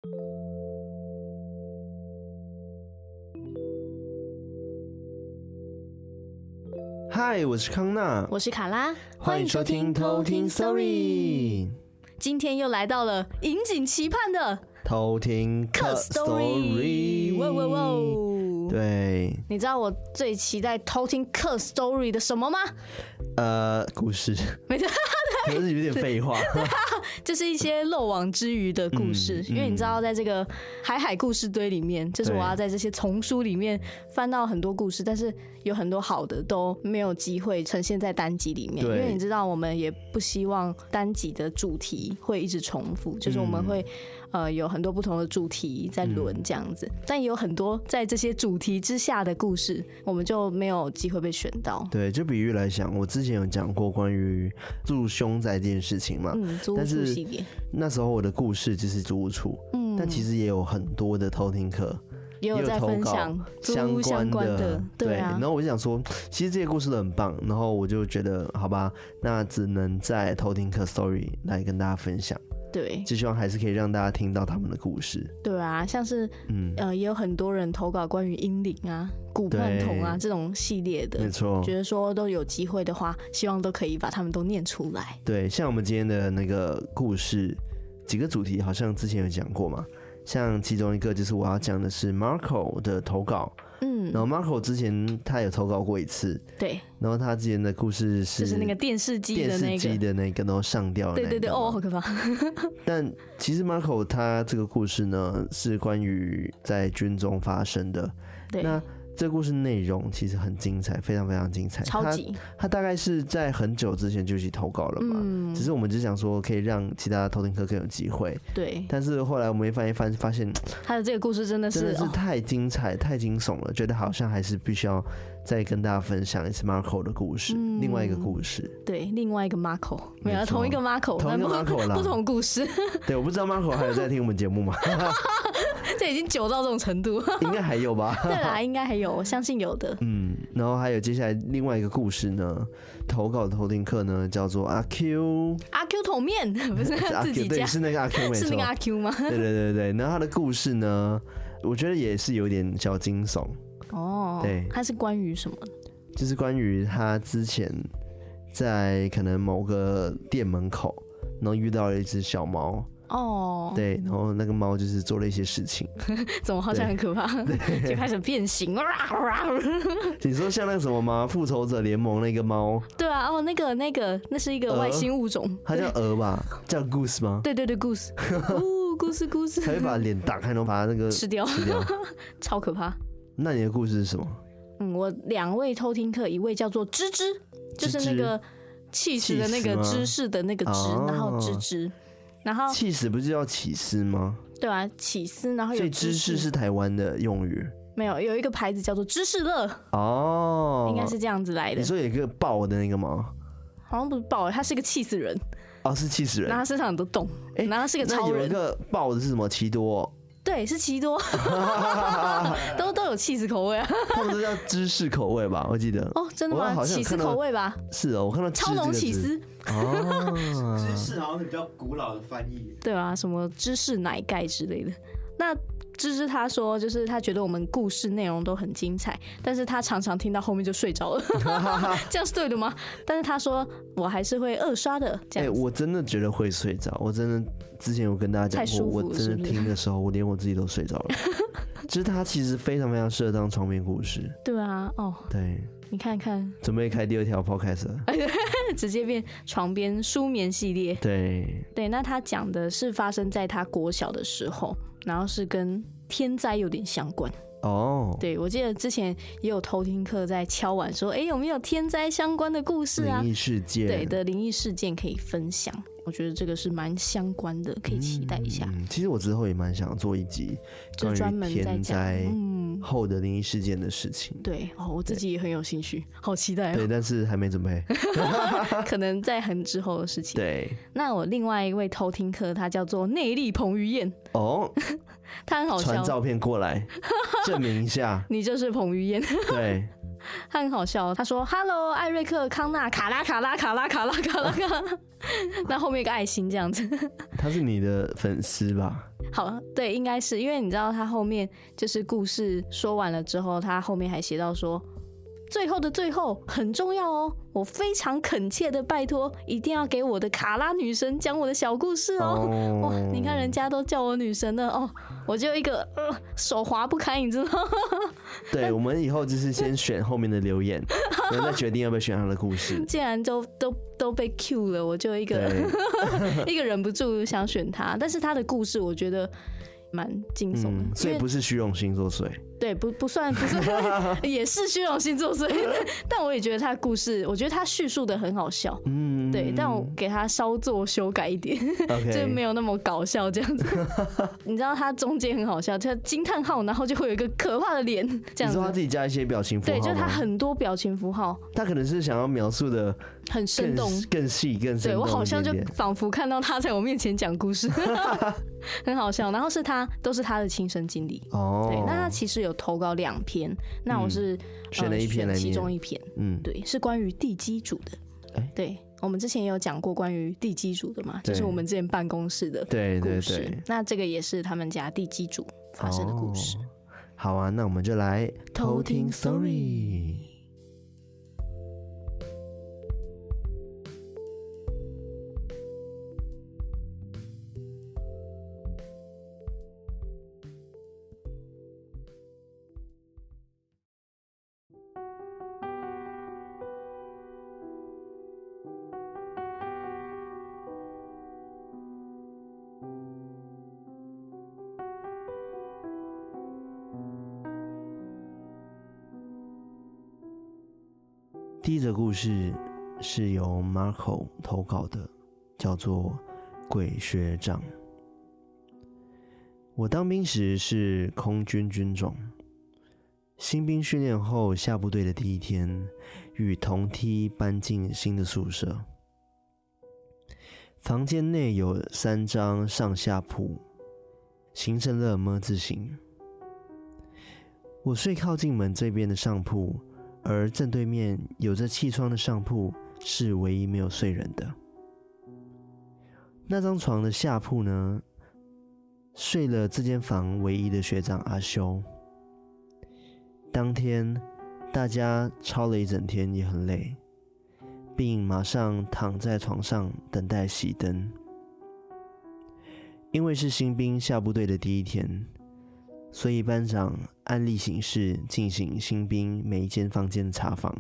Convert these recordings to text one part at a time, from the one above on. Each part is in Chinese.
嗨，我是康纳， 我是卡拉， 欢迎收听偷听 Story。 今天又来到了引颈期盼的偷听客 Story。 哇哇哇！ 对， 你知道我最期待偷听客 Story 的什么吗？ 故事， 没错， 可是有点废话。 就是一些漏网之鱼的故事，因为你知道，在这个海故事堆里面，就是我要在这些丛书里面翻到很多故事，但是有很多好的都没有机会呈现在单集里面，因为你知道，我们也不希望单集的主题会一直重复，就是我们会有很多不同的主题在轮这样子，但也有很多在这些主题之下的故事，我们就没有机会被选到。 对，就比喻来讲，我之前有讲过关于住凶宅这件事情嘛， 租屋处系列， 那时候我的故事就是租屋处，但其实也有很多的偷听客。 也有在分享租屋相关的，对啊。 然后我就想说，其实这些故事都很棒，然后我就觉得，好吧，那只能在偷听客 Story 来跟大家分享。 对， 就希望还是可以让大家听到他们的故事。 对啊，像是也有很多人投稿关于阴灵啊、古曼童啊这种系列的， 没错， 觉得说都有机会的话，希望都可以把他们都念出来。 对，像我们今天的那个故事，几个主题好像之前有讲过嘛。像其中一个就是我要讲的是 Marco 的投稿，然后 Marco 之前他有投稿过一次， 对， 然后他之前的故事是就是那个电视机的那个， 然后上吊的那个， 对，哦，好可怕。 但其实 Marco 他这个故事呢是关于在军中发生的， 对， 那这故事内容其实很精彩，非常非常精彩， 超级。 他大概是在很久之前就去投稿了嘛，只是我们就想说可以让其他偷听客更有机会。对。但是后来我们发现他的这个故事真的是太精彩、太惊悚了，觉得好像还是必须要再跟大家分享一次 Marco 的故事，另外一个故事。 对，另外一个 Marco， 没有同一个 Marco， 同一个 Marco 啦， 不同故事。 对，我不知道 Marco 还有在听我们节目吗？ 这已经久到这种程度， 应该还有吧？ 对啦，应该还有，我相信有的。 然后还有接下来另外一个故事呢，投稿的偷听客呢叫做阿 Q 桶面，不是自己家， 对，是那个阿 Q， 没错， 是那个阿 Q 吗？ 对。然后他的故事呢，我觉得也是有点小惊悚哦。对，它是关于什么？ 就是关于他之前在可能某个店门口，然后遇到了一只小猫。哦，对，然后那个猫就是做了一些事情， 怎么好像很可怕，就开始变形。 你说像那个什么吗？复仇者联盟那个猫？ 对啊，哦，那是一个外星物种， 它叫鹅吧？叫 Goose 吗？ 对，Goose， Goose， 它会把脸打开，然后把它那个吃掉，超可怕。 那你的故事是什么？ 我两位偷听客，一位叫做芝芝，就是那个气死的那个芝士的那个芝，然后芝芝。然后气死不是叫起司吗？ 对啊，起司，然后有所以芝士是台湾的用语。 没有一个牌子叫做芝士乐哦，应该是这样子来的。 你说有一个爆的那个吗？ 好像不是爆，他是一个气死人。 哦，是气死人。 然后他身上很多洞，然后他是个超人。 那有一个爆的是什么？奇多。 对，是奇多，都有起司口味啊。 他们都叫芝士口味吧？我记得。 哦，真的吗？起司口味吧？ 是哦，我看到超浓起司。 哦，芝士好像是比较古老的翻译。 对啊，什么芝士奶盖之类的。那芝芝他说，就是他觉得我们故事内容都很精彩，但是他常常听到后面就睡着了，这样是对的吗？但是他说我还是会二刷的，这样子。 我真的觉得会睡着，我真的之前有跟大家讲过，我真的听的时候，我连我自己都睡着了。就是它其实非常非常适合当床边故事。 对啊，哦， 对， 你看看， 准备开第2条 podcast 了， 直接变床边舒眠系列。 对， 那他讲的是发生在他国小的时候，然后是跟天灾有点相关。哦，对，我记得之前也有偷听客在敲碗说，有没有天灾相关的故事啊？ 灵异事件， 对的，灵异事件可以分享。我觉得这个是蛮相关的，可以期待一下。 其实我之后也蛮想做一集关于天灾后的灵异事件的事情。 对哦，我自己也很有兴趣，好期待哦。 对，但是还没准备， 可能在很之后的事情。 对， 那我另外一位偷听客，他叫做内力彭于晏。哦，他很好笑， 传照片过来证明一下， 你就是彭于晏。 对。 他很好笑，他说 ：“Hello， 艾瑞克、康纳、卡拉，那后面一个爱心这样子。 他是你的粉丝吧？ 好，对，应该是因为你知道他后面就是故事说完了之后，他后面还写到说，最后的最后很重要哦，我非常恳切的拜托，一定要给我的卡拉女神讲我的小故事哦。哇，你看人家都叫我女神了哦，我就一个手滑不开，你知道吗？ 对，我们以后就是先选后面的留言，然后再决定要不要选他的故事。 既然都被 Q 了，我就一个一个忍不住想选他，但是他的故事我觉得蛮惊悚的， 所以不是虚荣心作祟。 对，不算，也是虚荣心作祟。但我也觉得他的故事，我觉得他叙述的很好笑，对，但我给他稍作修改一点，就没有那么搞笑这样子。你知道他中间很好笑，他惊叹号，然后就会有一个可怕的脸，这样子。 你说他自己加一些表情符号吗？ 对，就是他很多表情符号， 他可能是想要描述的很生动、 更细、更生动。 对我好像就仿佛看到他在我面前讲故事，很好笑。然后都是他的亲身经历。哦，对，那他其实有投稿2篇，那我是选了一篇来念， 其中一篇，对，是关于地基主的。对，我们之前也有讲过关于地基主的嘛，就是我们之前办公室的故事。对，那这个也是他们家地基主发生的故事。 好啊，那我们就来偷听 story。第一则故事是由 Marco 投稿的，叫做鬼学长。我当兵时是空军军种，新兵训练后下部队的第一天，与同梯搬进新的宿舍。房间内有3张上下铺，形成了 M 字形。我睡靠近门这边的上铺，而正对面有着气窗的上铺是唯一没有睡人的。那张床的下铺呢，睡了这间房唯一的学长阿修。当天大家操了一整天，也很累，并马上躺在床上等待熄灯。因为是新兵下部队的第一天，所以班长按例行事进行新兵每一间房间的查房。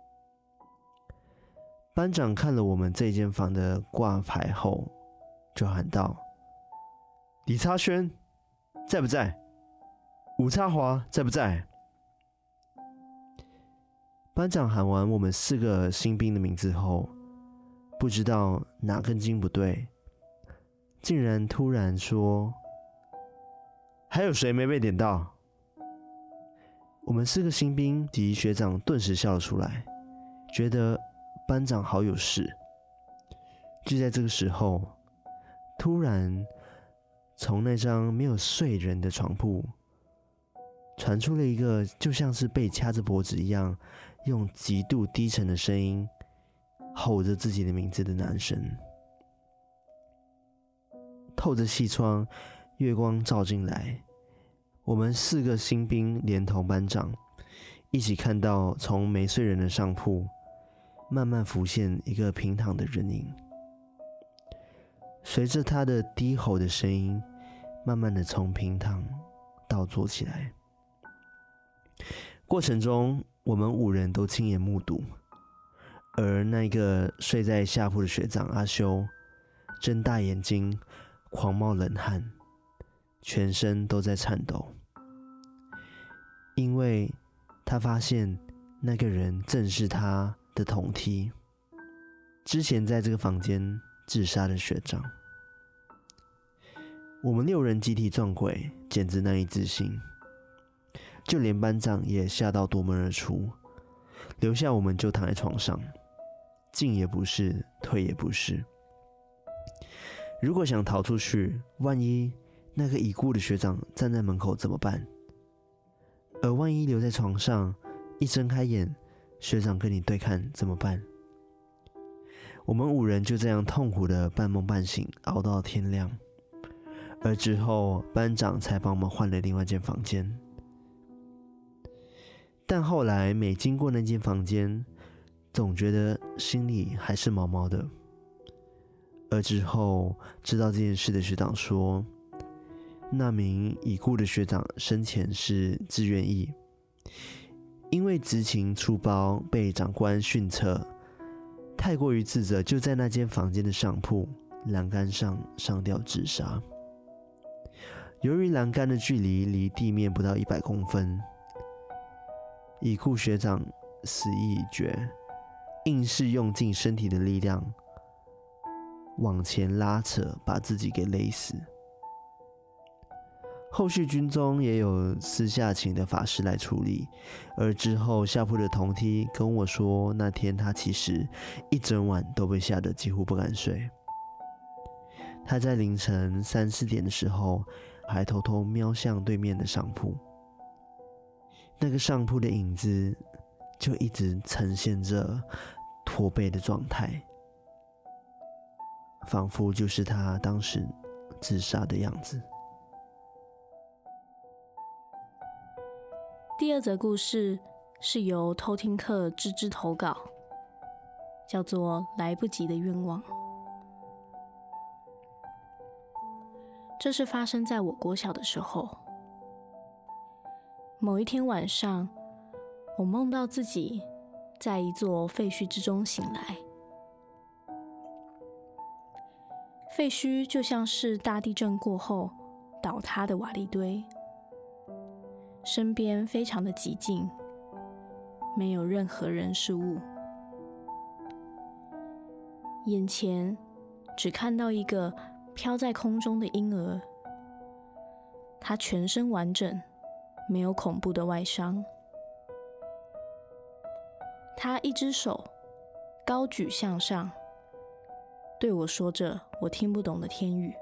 班长看了我们这间房的挂牌后，就喊道：李差轩在不在？武差华在不在？班长喊完我们4个新兵的名字后，不知道哪根筋不对，竟然突然说：还有谁没被点到？我们4个新兵及学长顿时笑了出来，觉得班长好有事。就在这个时候，突然从那张没有睡人的床铺传出了一个就像是被掐着脖子一样，用极度低沉的声音吼着自己的名字的男生。透着气窗，月光照进来，我们4个新兵连同班长一起看到从没睡人的上铺慢慢浮现一个平躺的人影，随着他的低吼的声音，慢慢的从平躺倒坐起来。过程中我们5人都亲眼目睹，而那个睡在下铺的学长阿修睁大眼睛狂冒冷汗，全身都在颤抖，因为他发现那个人正是他的同梯，之前在这个房间自杀的学长。我们6人集体撞鬼，简直难以置信，就连班长也吓到夺门而出，留下我们就躺在床上，进也不是，退也不是。如果想逃出去，万一那个已故的学长站在门口怎么办？而万一留在床上，一睁开眼，学长跟你对看怎么办？我们5人就这样痛苦的半梦半醒，熬到天亮。 而之后班长才帮我们换了另外一间房间。但后来每经过那间房间，总觉得心里还是毛毛的。而之后知道这件事的学长说，那名已故的学长生前是志愿役，因为执勤出包被长官训斥，太过于自责，就在那间房间的上铺栏杆上上吊自杀。由于栏杆的距离离地面不到100公分，已故学长死意已决，硬是用尽身体的力量往前拉扯，把自己给勒死。后续军中也有私下请的法师来处理，而之后下铺的同梯跟我说，那天他其实一整晚都被吓得几乎不敢睡。他在凌晨3、4点的时候，还偷偷瞄向对面的上铺，那个上铺的影子就一直呈现着驼背的状态，仿佛就是他当时自杀的样子。 第二则故事是由偷听客芝芝投稿，叫做《来不及的愿望》。这是发生在我国小的时候。某一天晚上，我梦到自己在一座废墟之中醒来。废墟就像是大地震过后倒塌的瓦砾堆，身边非常的寂静，没有任何人事物。眼前只看到一个飘在空中的婴儿，他全身完整，没有恐怖的外伤。他一只手高举向上，对我说着我听不懂的天语。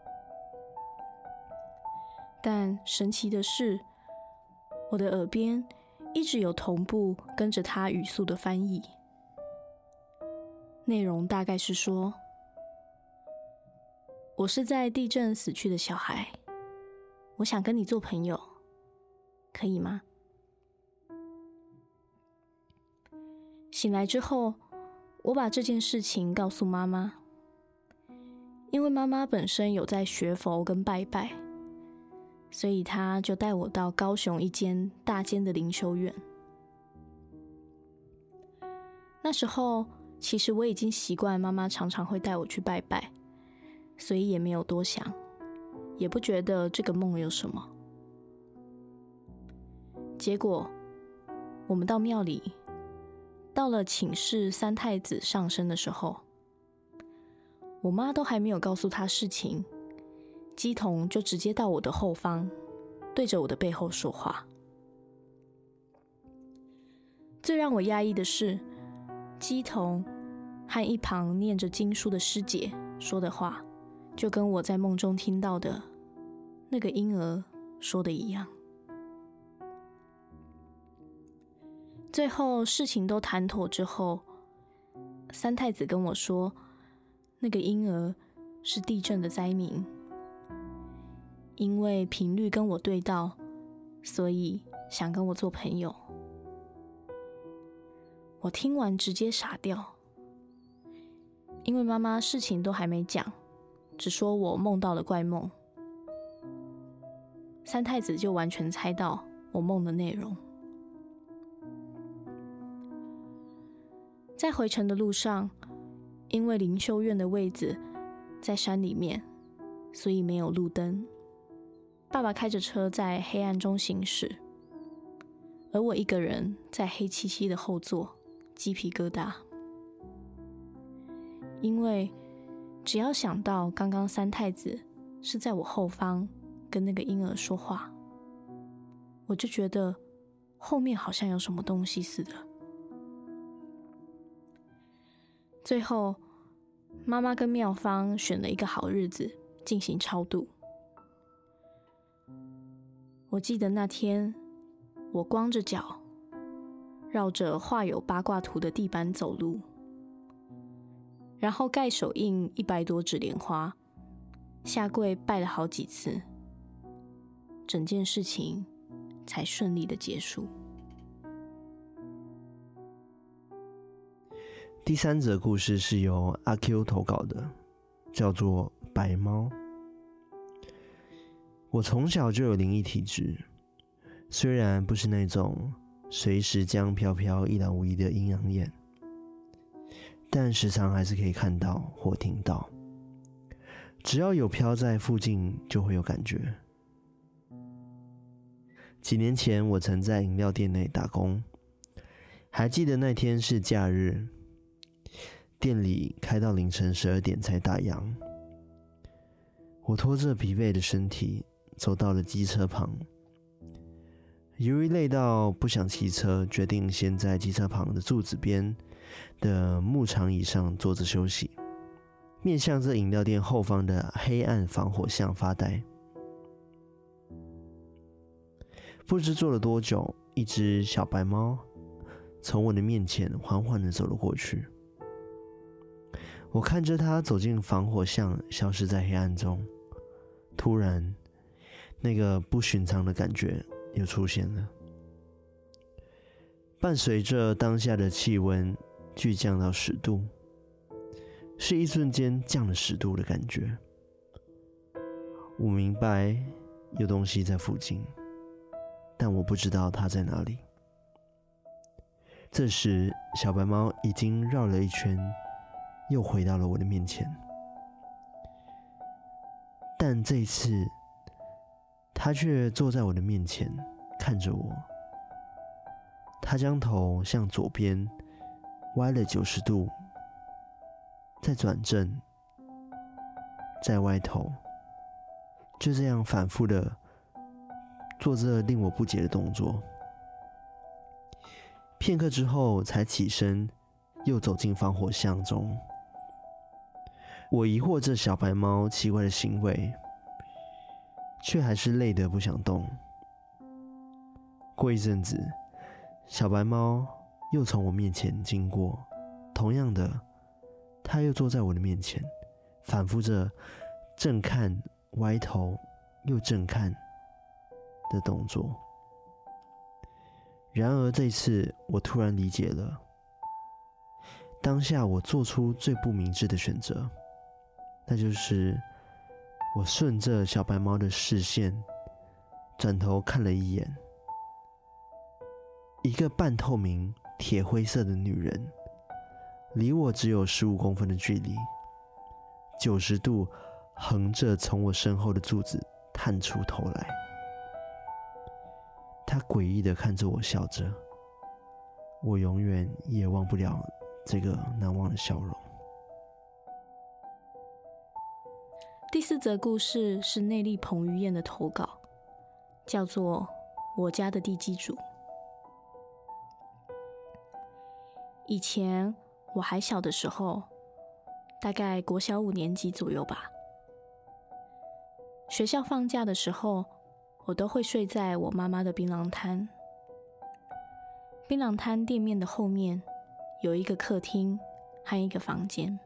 但神奇的是，我的耳边一直有同步跟着他语速的翻译，内容大概是说，我是在地震死去的小孩，我想跟你做朋友，可以吗？醒来之后，我把这件事情告诉妈妈，因为妈妈本身有在学佛跟拜拜，所以她就带我到高雄一间大间的灵修院。那时候其实我已经习惯妈妈常常会带我去拜拜，所以也没有多想，也不觉得这个梦有什么。结果我们到庙里，到了请示三太子上身的时候，我妈都还没有告诉她事情，乩童就直接到我的后方，对着我的背后说话。最让我压抑的是，乩童和一旁念着经书的师姐说的话，就跟我在梦中听到的那个婴儿说的一样。最后事情都谈妥之后，三太子跟我说，那个婴儿是地震的灾民，因为频率跟我对到，所以想跟我做朋友。我听完直接傻掉，因为妈妈事情都还没讲，只说我梦到了怪梦，三太子就完全猜到我梦的内容。在回程的路上，因为灵修院的位置在山里面，所以没有路灯。爸爸开着车在黑暗中行驶，而我一个人在黑漆漆的后座，鸡皮疙瘩。因为只要想到刚刚三太子是在我后方跟那个婴儿说话，我就觉得后面好像有什么东西似的。最后妈妈跟庙方选了一个好日子进行超度。我记得那天我光着脚绕着画有八卦图的地板走路，然后盖手印100朵纸莲花， 下跪拜了好几次，整件事情才顺利的结束。 第3则故事是由阿 Q 投稿的，叫做白猫。我从小就有灵异体质，虽然不是那种随时将飘飘一览无遗的阴阳眼，但时常还是可以看到或听到，只要有飘在附近就会有感觉。几年前我曾在饮料店内打工，还记得那天是假日，店里开到凌晨12点才打烊。我拖着疲惫的身体走到了机车旁，由于累到不想骑车，决定先在机车旁的柱子边的木长椅上坐着休息，面向这饮料店后方的黑暗防火巷发呆。不知坐了多久，一只小白猫从我的面前缓缓地走了过去。我看着它走进防火巷，消失在黑暗中。突然，那个不寻常的感觉又出现了，伴随着当下的气温剧降到10度，是一瞬间降了10度的感觉。我明白有东西在附近，但我不知道它在哪里。这时，小白猫已经绕了一圈，又回到了我的面前。但这一次，它却坐在我的面前，看着我。它将头向左边歪了90度，再转正，再歪头，就这样反复的做这令我不解的动作。片刻之后才起身，又走进防火巷中。我疑惑这小白猫奇怪的行为，却还是累得不想动。过一阵子，小白猫又从我面前经过，同样的，它又坐在我的面前，反复着正看、歪头又正看的动作。然而这次，我突然理解了，当下我做出最不明智的选择，那就是我顺着小白猫的视线转头看了一眼，一个半透明铁灰色的女人离我只有15公分的距离，90度横着从我身后的柱子探出头来。她诡异地看着我，笑着，我永远也忘不了这个难忘的笑容。 第4则故事是内力彭于晏的投稿，叫做《我家的地基主》。以前我还小的时候，大概国小5年级左右吧。学校放假的时候，我都会睡在我妈妈的槟榔摊。槟榔摊店面的后面有一个客厅和一个房间。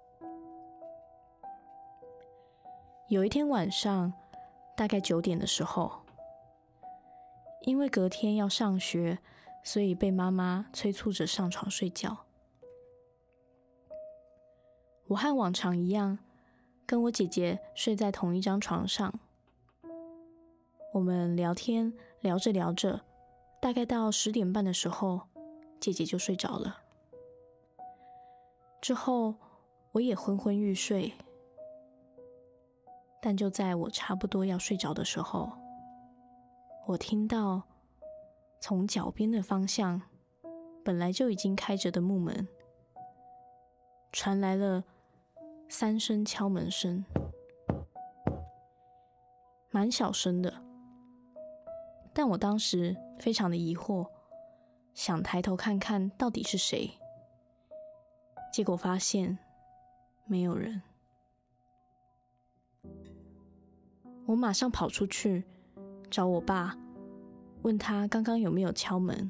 有一天晚上，大概9点的时候，因为隔天要上学，所以被妈妈催促着上床睡觉。我和往常一样，跟我姐姐睡在同一张床上。我们聊天，聊着聊着，大概到10点半的时候，姐姐就睡着了。之后，我也昏昏欲睡。但就在我差不多要睡着的时候，我听到从脚边的方向，本来就已经开着的木门，传来了3声敲门声，蛮小声的。但我当时非常的疑惑，想抬头看看到底是谁，结果发现没有人。我马上跑出去找我爸，问他刚刚有没有敲门。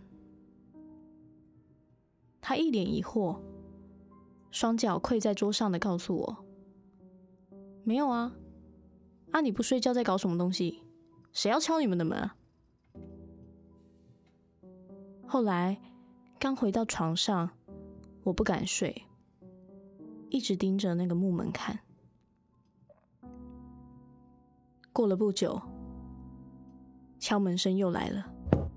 他一脸疑惑，双脚跪在桌上的告诉我，没有啊， 啊，你不睡觉在搞什么东西？谁要敲你们的门啊？后来刚回到床上，我不敢睡，一直盯着那个木门看。过了不久，敲门声又来了，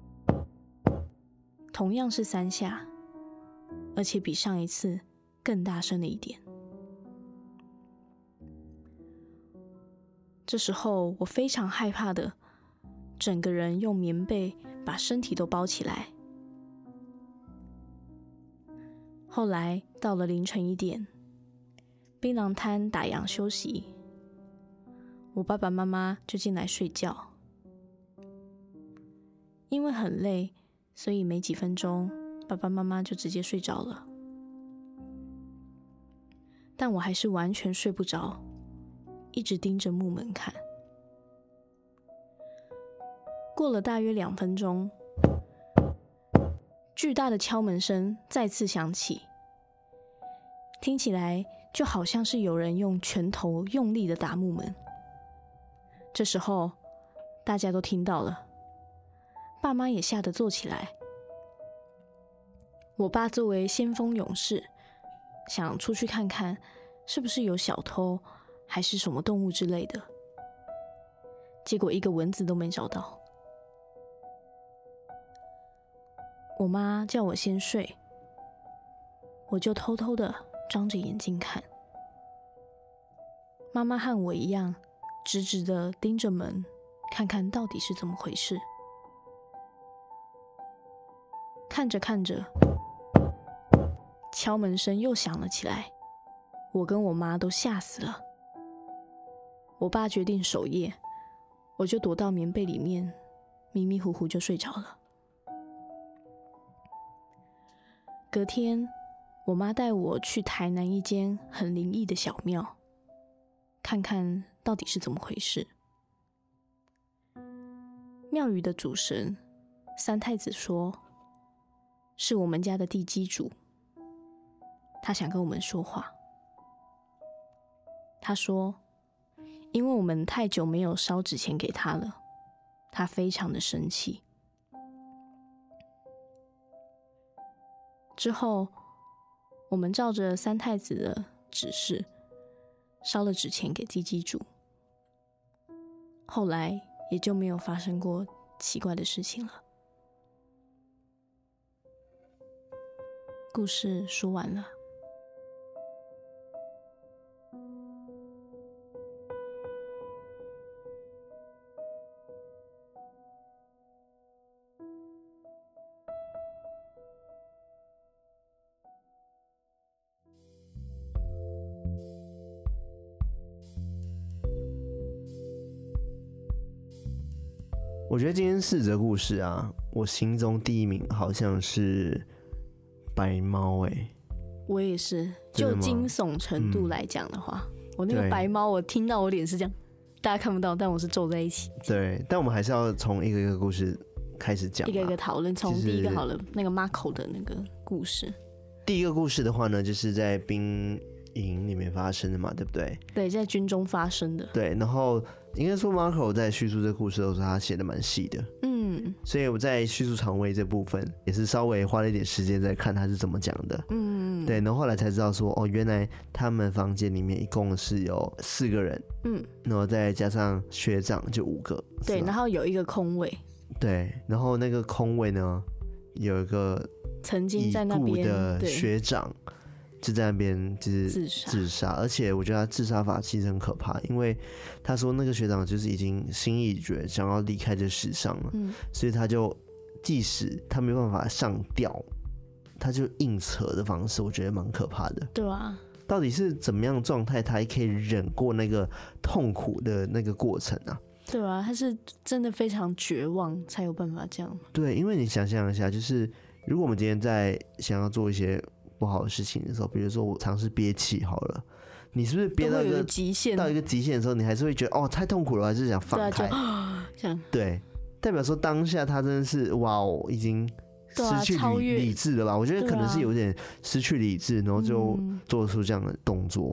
同样是3下，而且比上一次更大声了一点。这时候我非常害怕的，整个人用棉被把身体都包起来。后来到了凌晨1点，槟榔摊打烊休息，我爸爸妈妈就进来睡觉。因为很累，所以没几分钟，爸爸妈妈就直接睡着了。但我还是完全睡不着，一直盯着木门看。过了大约2分钟，巨大的敲门声再次响起，听起来就好像是有人用拳头用力的打木门。这时候大家都听到了，爸妈也吓得坐起来。我爸作为先锋勇士，想出去看看是不是有小偷还是什么动物之类的，结果一个蚊子都没找到。我妈叫我先睡，我就偷偷的张着眼睛看。妈妈和我一样，直直的盯着门，看看到底是怎么回事。看着看着，敲门声又响了起来，我跟我妈都吓死了。我爸决定守夜，我就躲到棉被里面，迷迷糊糊就睡着了。隔天，我妈带我去台南一间很灵异的小庙，看看到底是怎么回事。庙宇的主神三太子说，是我们家的地基主，他想跟我们说话。他说，因为我们太久没有烧纸钱给他了，他非常的生气。之后，我们照着三太子的指示，烧了纸钱给地基主。后来也就没有发生过奇怪的事情了。故事说完了。 我觉得今天4则故事啊，我心中第一名好像是白猫欸。 我也是，就惊悚程度来讲的话，我那个白猫，我听到我脸是这样，大家看不到，但我是皱在一起。 对，但我们还是要从一个一个故事开始讲， 一个一个讨论。从第一个好了，那个 Marco 的那个故事。 第一个故事的话呢，就是在兵营里面发生的嘛，对不对？ 对，在军中发生的。 对，然后应该说 Marco 在叙述这个故事的时候，他写的蛮细的。所以我在叙述肠胃这部分也是稍微花了一点时间在看他是怎么讲的。对，然后后来才知道说，哦，原来他们房间里面一共是有4个人，然后再加上学长就5个。 对，然后有一个空位。 对，然后那个空位呢，有一个曾经在那边的学长。就在那边就是自杀，而且我觉得他自杀法其实很可怕，因为他说那个学长就是已经心意已决，想要离开这世上了，所以他就即使他没办法上吊，他就硬扯的方式，我觉得蛮可怕的。 对啊， 到底是怎么样状态，他还可以忍过那个痛苦的那个过程啊？ 对啊，他是真的非常绝望才有办法这样。 对，因为你想象一下，就是如果我们今天在想要做一些不好的事情的时候，比如说我尝试憋气好了，你是不是憋到一个极限？到一个极限的时候，你还是会觉得哦太痛苦了，还是想放开？ 这样对，代表说当下他真的是哇哦，已经失去理智了吧？我觉得可能是有点失去理智，然后就做出这样的动作。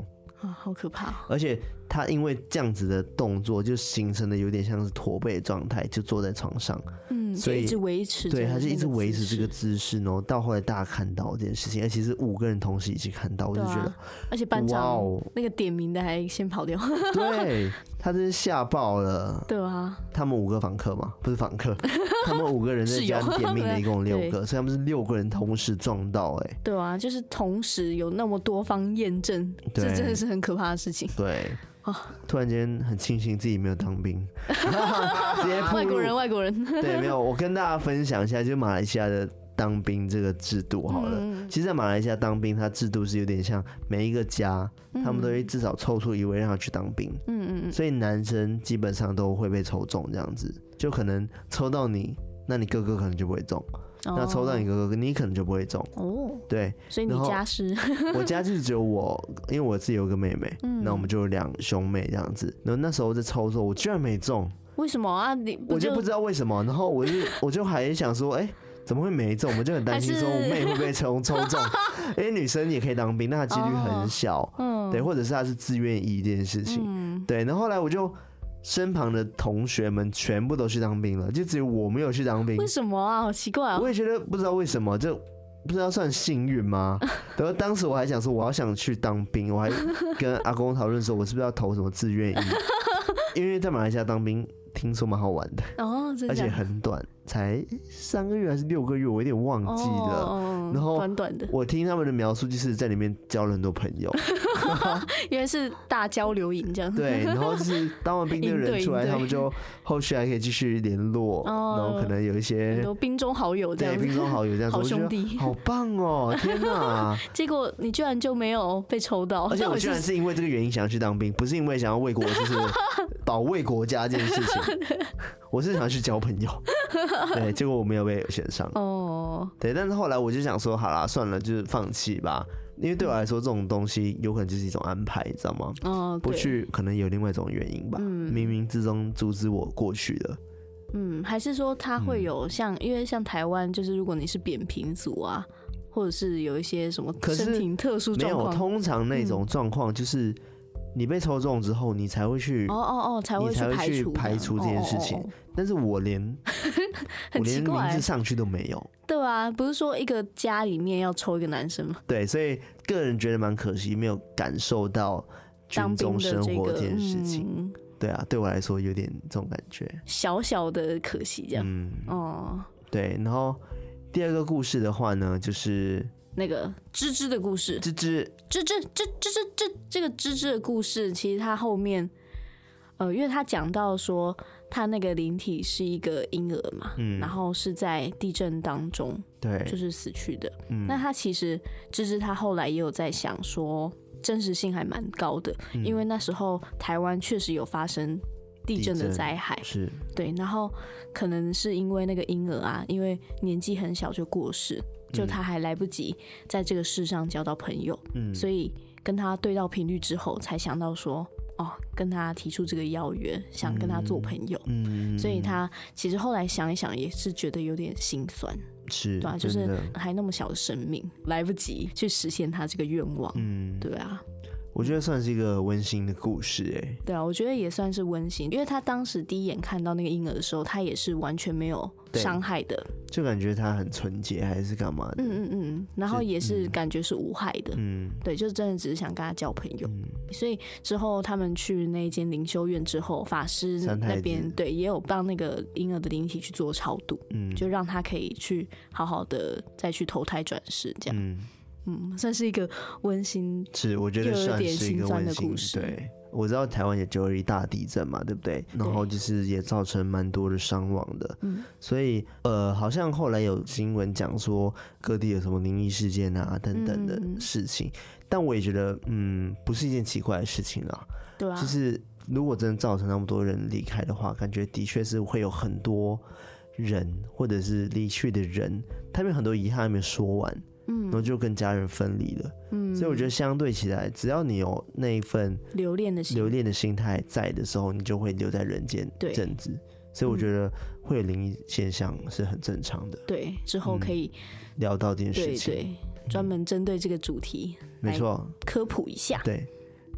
好可怕。 而且他因为这样子的动作，就形成了有点像是驼背的状态，就坐在床上， 所以一直维持， 对，他就一直维持这个姿势，然后到后来大家看到这件事情，而且是5个人同时一起看到，我就觉得， 而且班长那个点名的还先跑掉， 对，他真是吓爆了。 对啊， 他们5个访客嘛，不是访客，他们5个人在家点名的一共6个，所以他们是6个人同时撞到， 对啊，就是同时有那么多方验证，这真的是很可怕的事情。 对。突然间很庆幸自己没有当兵，直接外国人， 对，没有。我跟大家分享一下，就马来西亚的当兵这个制度好了。其实，在马来西亚当兵，它制度是有点像每一个家，他们都会至少抽出1位让他去当兵。所以男生基本上都会被抽中，这样子，就可能抽到你，那你哥哥可能就不会中。那抽到你哥哥，你可能就不会中对， 所以你家是？ 我家就是只有我，因为我自己有个妹妹，那我们就有2兄妹这样子。然后那时候在抽的时候，我居然没中， 为什么啊？ 我就不知道为什么。然后我就还想说，怎么会没中？我就很担心说我妹会不会抽中，因为女生也可以当兵，那她几率很小，对，或者是她是自愿意这件事情，对。然后后来我就。身旁的同学们全部都去当兵了，就只有我没有去当兵。 为什么啊？好奇怪啊！ 我也觉得不知道为什么，就不知道算幸运吗？然后当时我还想说，我好想去当兵，我还跟阿公讨论说，我是不是要投什么志愿役？因为在马来西亚当兵，听说蛮好玩的而且很短，才3个月还是6个月，我有点忘记了。然后短短的， 我听他们的描述，就是在里面交了很多朋友， 因为是大交流营这样。 对，然后就是当完兵的人出来，他们就后续还可以继续联络，然后可能有一些很多兵中好友这样， 对，兵中好友这样子， 好兄弟， 好棒哦！天哪！ 结果你居然就没有被抽到， 而且我居然是因为这个原因想要去当兵，不是因为想要为国，就是保卫国家这件事情。我是想要去交朋友，对，结果我没有被选上。对，但是后来我就想说，好啦，算了，就是放弃吧。因为对我来说，这种东西有可能就是一种安排，你知道吗？不去可能有另外一种原因吧，冥冥之中阻止我过去的。 还是说它会有像，因为像台湾，就是如果你是扁平足啊，或者是有一些什么身体特殊状况， 没有，通常那种状况就是你被抽中之后，你才会去才会去排除这件事情。但是我连名字上去都没有。 对啊，不是说一个家里面要抽一个男生吗？ 对，所以个人觉得蛮可惜，没有感受到军中生活这件事情。对啊，对我来说有点这种感觉， 小小的可惜这样。 对。然后第2个故事的话呢，就是那个芝芝的故事。芝这个芝芝的故事，其实它后面，因为他讲到说，他那个灵体是一个婴儿嘛，然后是在地震当中， 对， 就是死去的。那他其实芝芝他后来也有在想说，真实性还蛮高的，因为那时候台湾确实有发生地震的灾害， 是对，然后可能是因为那个婴儿啊，因为年纪很小就过世，就他还来不及在这个世上交到朋友，所以跟他对到频率之后，才想到说，跟他提出这个邀约，想跟他做朋友，所以他其实后来想一想，也是觉得有点心酸， 是， 对啊，就是还那么小的生命，来不及去实现他这个愿望，对啊。 我觉得算是一个温馨的故事， 对啊，我觉得也算是温馨，因为他当时第一眼看到那个婴儿的时候，他也是完全没有伤害的， 就感觉他很纯洁还是干嘛的， 然后也是感觉是无害的，对，就是真的只是想跟他交朋友，所以之后他们去那间灵修院之后，法师那边对也有帮那个婴儿的灵体去做超度，就让他可以去好好的再去投胎转世这样。算是一个温馨， 是我觉得算是一个温馨的故事。对，我知道台湾也921大地震嘛，对不对？然后就是也造成蛮多的伤亡的，所以好像后来有新闻讲说各地有什么灵异事件啊等等的事情，但我也觉得不是一件奇怪的事情啦。 对啊， 就是如果真的造成那么多人离开的话，感觉的确是会有很多人或者是离去的人，他们有很多遗憾还没说完。然后就跟家人分离了，所以我觉得相对起来，只要你有那一份留恋的心态在的时候，你就会留在人间一阵子。所以我觉得会有灵异现象是很正常的。 对，之后可以聊到这件事情， 对，专门针对这个主题， 没错， 科普一下。 对，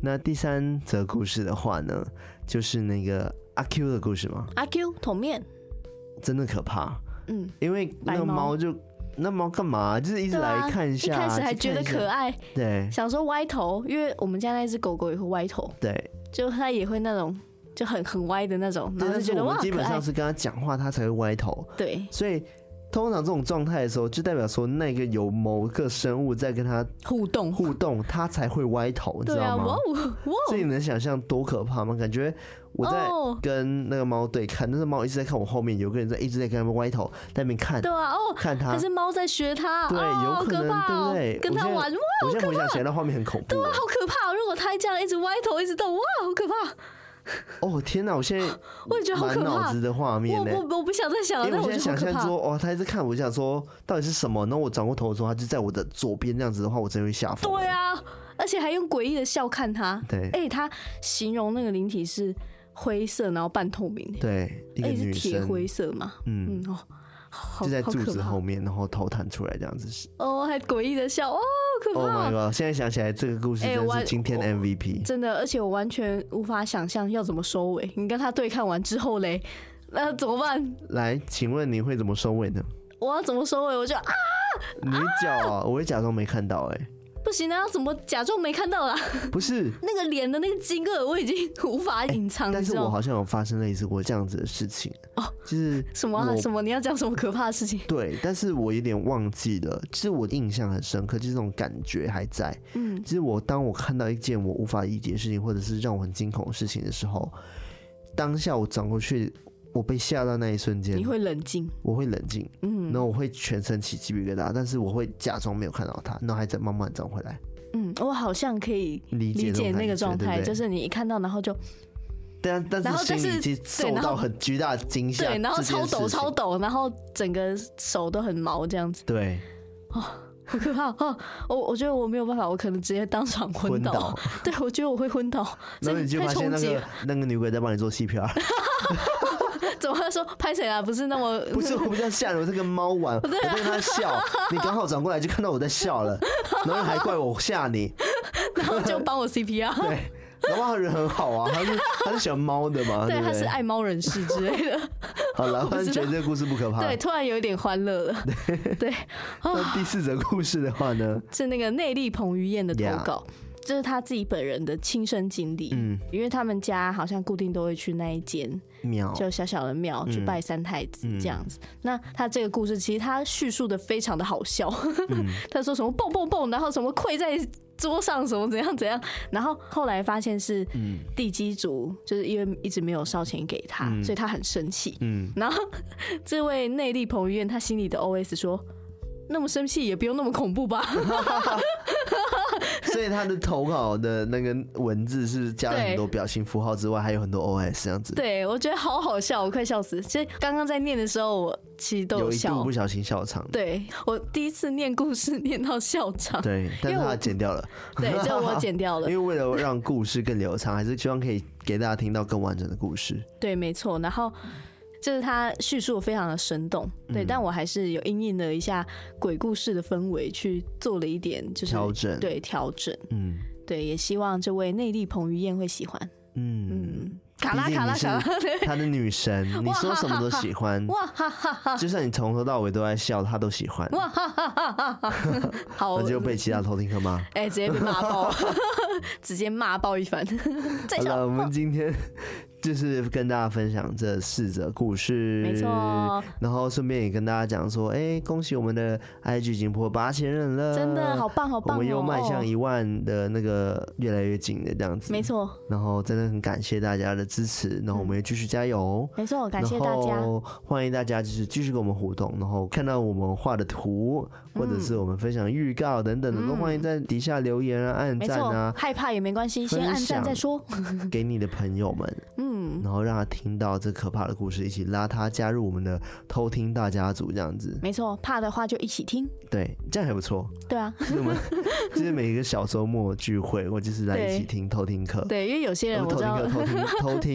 那第3则故事的话呢，就是那个阿 Q 的故事嘛。 阿 Q 桶面真的可怕，因为那个猫就那猫干嘛？就是一直来看一下， 一开始还觉得可爱， 对， 想说歪头，因为我们家那只狗狗也会歪头， 对， 就它也会那种就很歪的那种，然后就觉得哇， 基本上是跟它讲话，它才会歪头， 对， 所以通常这种状态的时候，就代表说那个有某个生物在跟它互动，它才会歪头，你知道吗？所以你能想象多可怕吗？感觉我在跟那个猫对看，但是猫一直在看我后面，有个人一直在跟他们歪头在那边看， 对啊， 看它， 还是猫在学它， 对，有可能，对不对？ 跟它玩，哇， 我现在回想起来，那画面很恐怖， 对啊，好可怕！如果它这样一直歪头，一直动，哇，好可怕！ 哦天哪！我现在我也觉得好可怕， 满脑子的画面呢。 我不想再想了， 因为我现在想象说， 哦， 他一直看我，想说到底是什么？然后我转过头的时候，他就在我的左边，这样子的话，我真的会吓疯。 对啊，而且还用诡异的笑看他。 对， 他形容那个灵体是灰色，然后半透明。 对，一个女生， 是铁灰色嘛。 就在柱子后面，然后头探出来这样子。 还诡异的笑，可怕 ！Oh my god！ 现在想起来，这个故事真的是今天的 MVP。 真的，而且我完全无法想象要怎么收尾。你跟他对看完之后嘞，那怎么办？ 来，请问你会怎么收尾呢？ 我要怎么收尾？我就你会叫啊？我会假装没看到不行啊，要怎么假装没看到啦？ 不是那个脸的那个惊愕，我已经无法隐藏。 但是我好像有发生类似过这样子的事情就是什么什么？你要讲什么可怕的事情？ 对，但是我有点忘记了。其实我印象很深刻，就是这种感觉还在。其实当我看到一件我无法理解的事情，或者是让我很惊恐的事情的时候，当下我转过去。我被吓到那一瞬间， 你会冷静， 我会冷静，然后我会全身起鸡皮疙瘩，但是我会假装没有看到它，然后还在慢慢长回来。 我好像可以理解那个状态，就是你一看到，然后就， 但是心里其实受到很巨大的惊吓， 对，然后超抖，然后整个手都很毛这样子， 对， 好可怕我觉得我没有办法，我可能直接当场昏倒。对，我觉得我会昏倒。 然后你就发现那个女鬼在帮你做 CPR。 怎么会说拍谁啊？不是那么不是，我比较吓人，我在跟猫玩，我在跟它笑，你刚好转过来就看到我在笑了，然后还怪我吓你， 然后就帮我 CPR。 对，然后他人很好啊，他是喜欢猫的嘛，对， 他是爱猫人士之类的。 好了，反正觉得这个故事不可怕， 对，突然有一点欢乐了。对。 那第4则故事的话呢， 是那个内力彭于晏的投稿。这是他自己本人的亲身经历，因为他们家好像固定都会去那一间庙， 就小小的庙去拜三太子这样子。那他这个故事其实他叙述的非常的好笑，他说什么蹦蹦蹦，然后什么跪在桌上，什么怎样怎样，然后后来发现是地基主，就是因为一直没有烧钱给他，所以他很生气。然后这位内力彭于晏他心里的 OS 说：那么生气也不用那么恐怖吧。 所以他的投稿的那个文字是加了很多表情符号之外，还有很多 OS 这样子。 对，我觉得好好笑，我快笑死。其实刚刚在念的时候，我其实都有笑， 有一度不小心笑场。 对，我第一次念故事念到笑场。 对，但是他剪掉了。 对，就我剪掉了。 因为为了让故事更流畅，还是希望可以给大家听到更完整的故事。 对，没错。然后。就是他叙述非常的生动，对，但我还是有因应了一下鬼故事的氛围，去做了一点就是调整， 对，调整，对，也希望这位内力彭于晏会喜欢，卡拉， 他的女神，你说什么都喜欢，哇哈哈哈，就算你从头到尾都在笑，他都喜欢，哇哈哈哈，好，那就被其他偷听客骂， 直接被骂爆，直接骂爆一番。 好了，我们今天。就是跟大家分享这4则故事， 没错。 然后顺便也跟大家讲说，恭喜我们的 IG 已经破8000人了， 真的好棒好棒！ 我们又迈向1万的那个越来越近的这样子， 没错。 然后真的很感谢大家的支持，然后我们也继续加油， 没错，感谢大家。 欢迎大家就是继续跟我们互动，然后看到我们画的图，或者是我们分享预告等等的，都欢迎在底下留言啊、按赞啊， 害怕也没关系，先按赞再说， 给你的朋友们，然后让他听到这可怕的故事，一起拉他加入我们的偷听大家族这样子。 没错，怕的话就一起听。 对，这样还不错。 对啊， 就是我们就是每一个小周末聚会，我就是来一起听偷听课。 对，因为有些人我知道偷听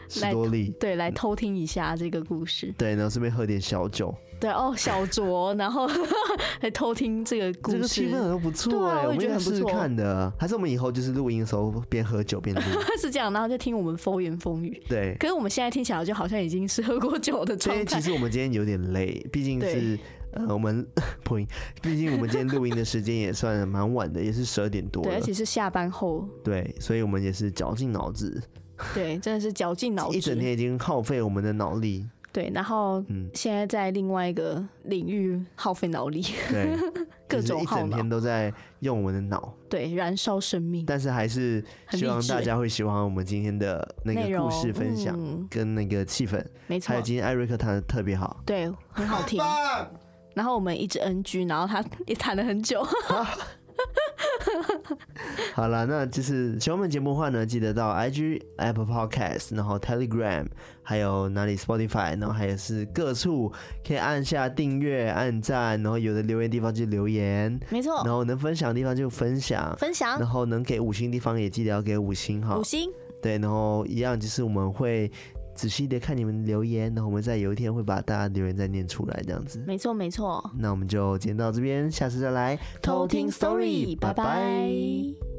10多例， 对，来偷听一下这个故事。 对，然后顺便喝点小酒。 对哦，小酌，然后来偷听这个故事， 这个气氛很不错哎，我们也试试看的。还是我们以后就是录音的时候边喝酒边录， 是这样，然后就听我们风言风语。 对， 可是我们现在听起来就好像已经是喝过酒的状态。 其实我们今天有点累，毕竟是我们毕竟我们今天录音的时间也算蛮晚的，也是12点多了， 对，而且是下班后。 对，所以我们也是绞尽脑汁。 对，真的是绞尽脑汁， 一整天已经耗费我们的脑力。 对，然后现在在另外一个领域耗费脑力， 对， 各种耗脑， 一整天都在用我们的脑， 对，燃烧生命。 但是还是希望大家会喜欢我们今天的那个故事分享跟那个气氛， 没错。 还有今天艾瑞克弹的特别好， 对，很好听。然后我们一直 NG， 然后他也弹了很久。 好了，那就是喜欢我们节目的话呢，记得到 IG、Apple Podcast， 然后 Telegram， 还有哪里 Spotify， 然后还有是各处可以按下订阅、按赞，然后有的留言地方就留言， 没错。 然后能分享的地方就分享，然后能给5星的地方也记得要给5星哈。 5星。 对，然后一样就是我们会仔细的看你们留言，然后我们在有一天会把大家留言再念出来，这样子。 没错没错。 那我们就今天到这边，下次再来偷听 Story， 拜拜。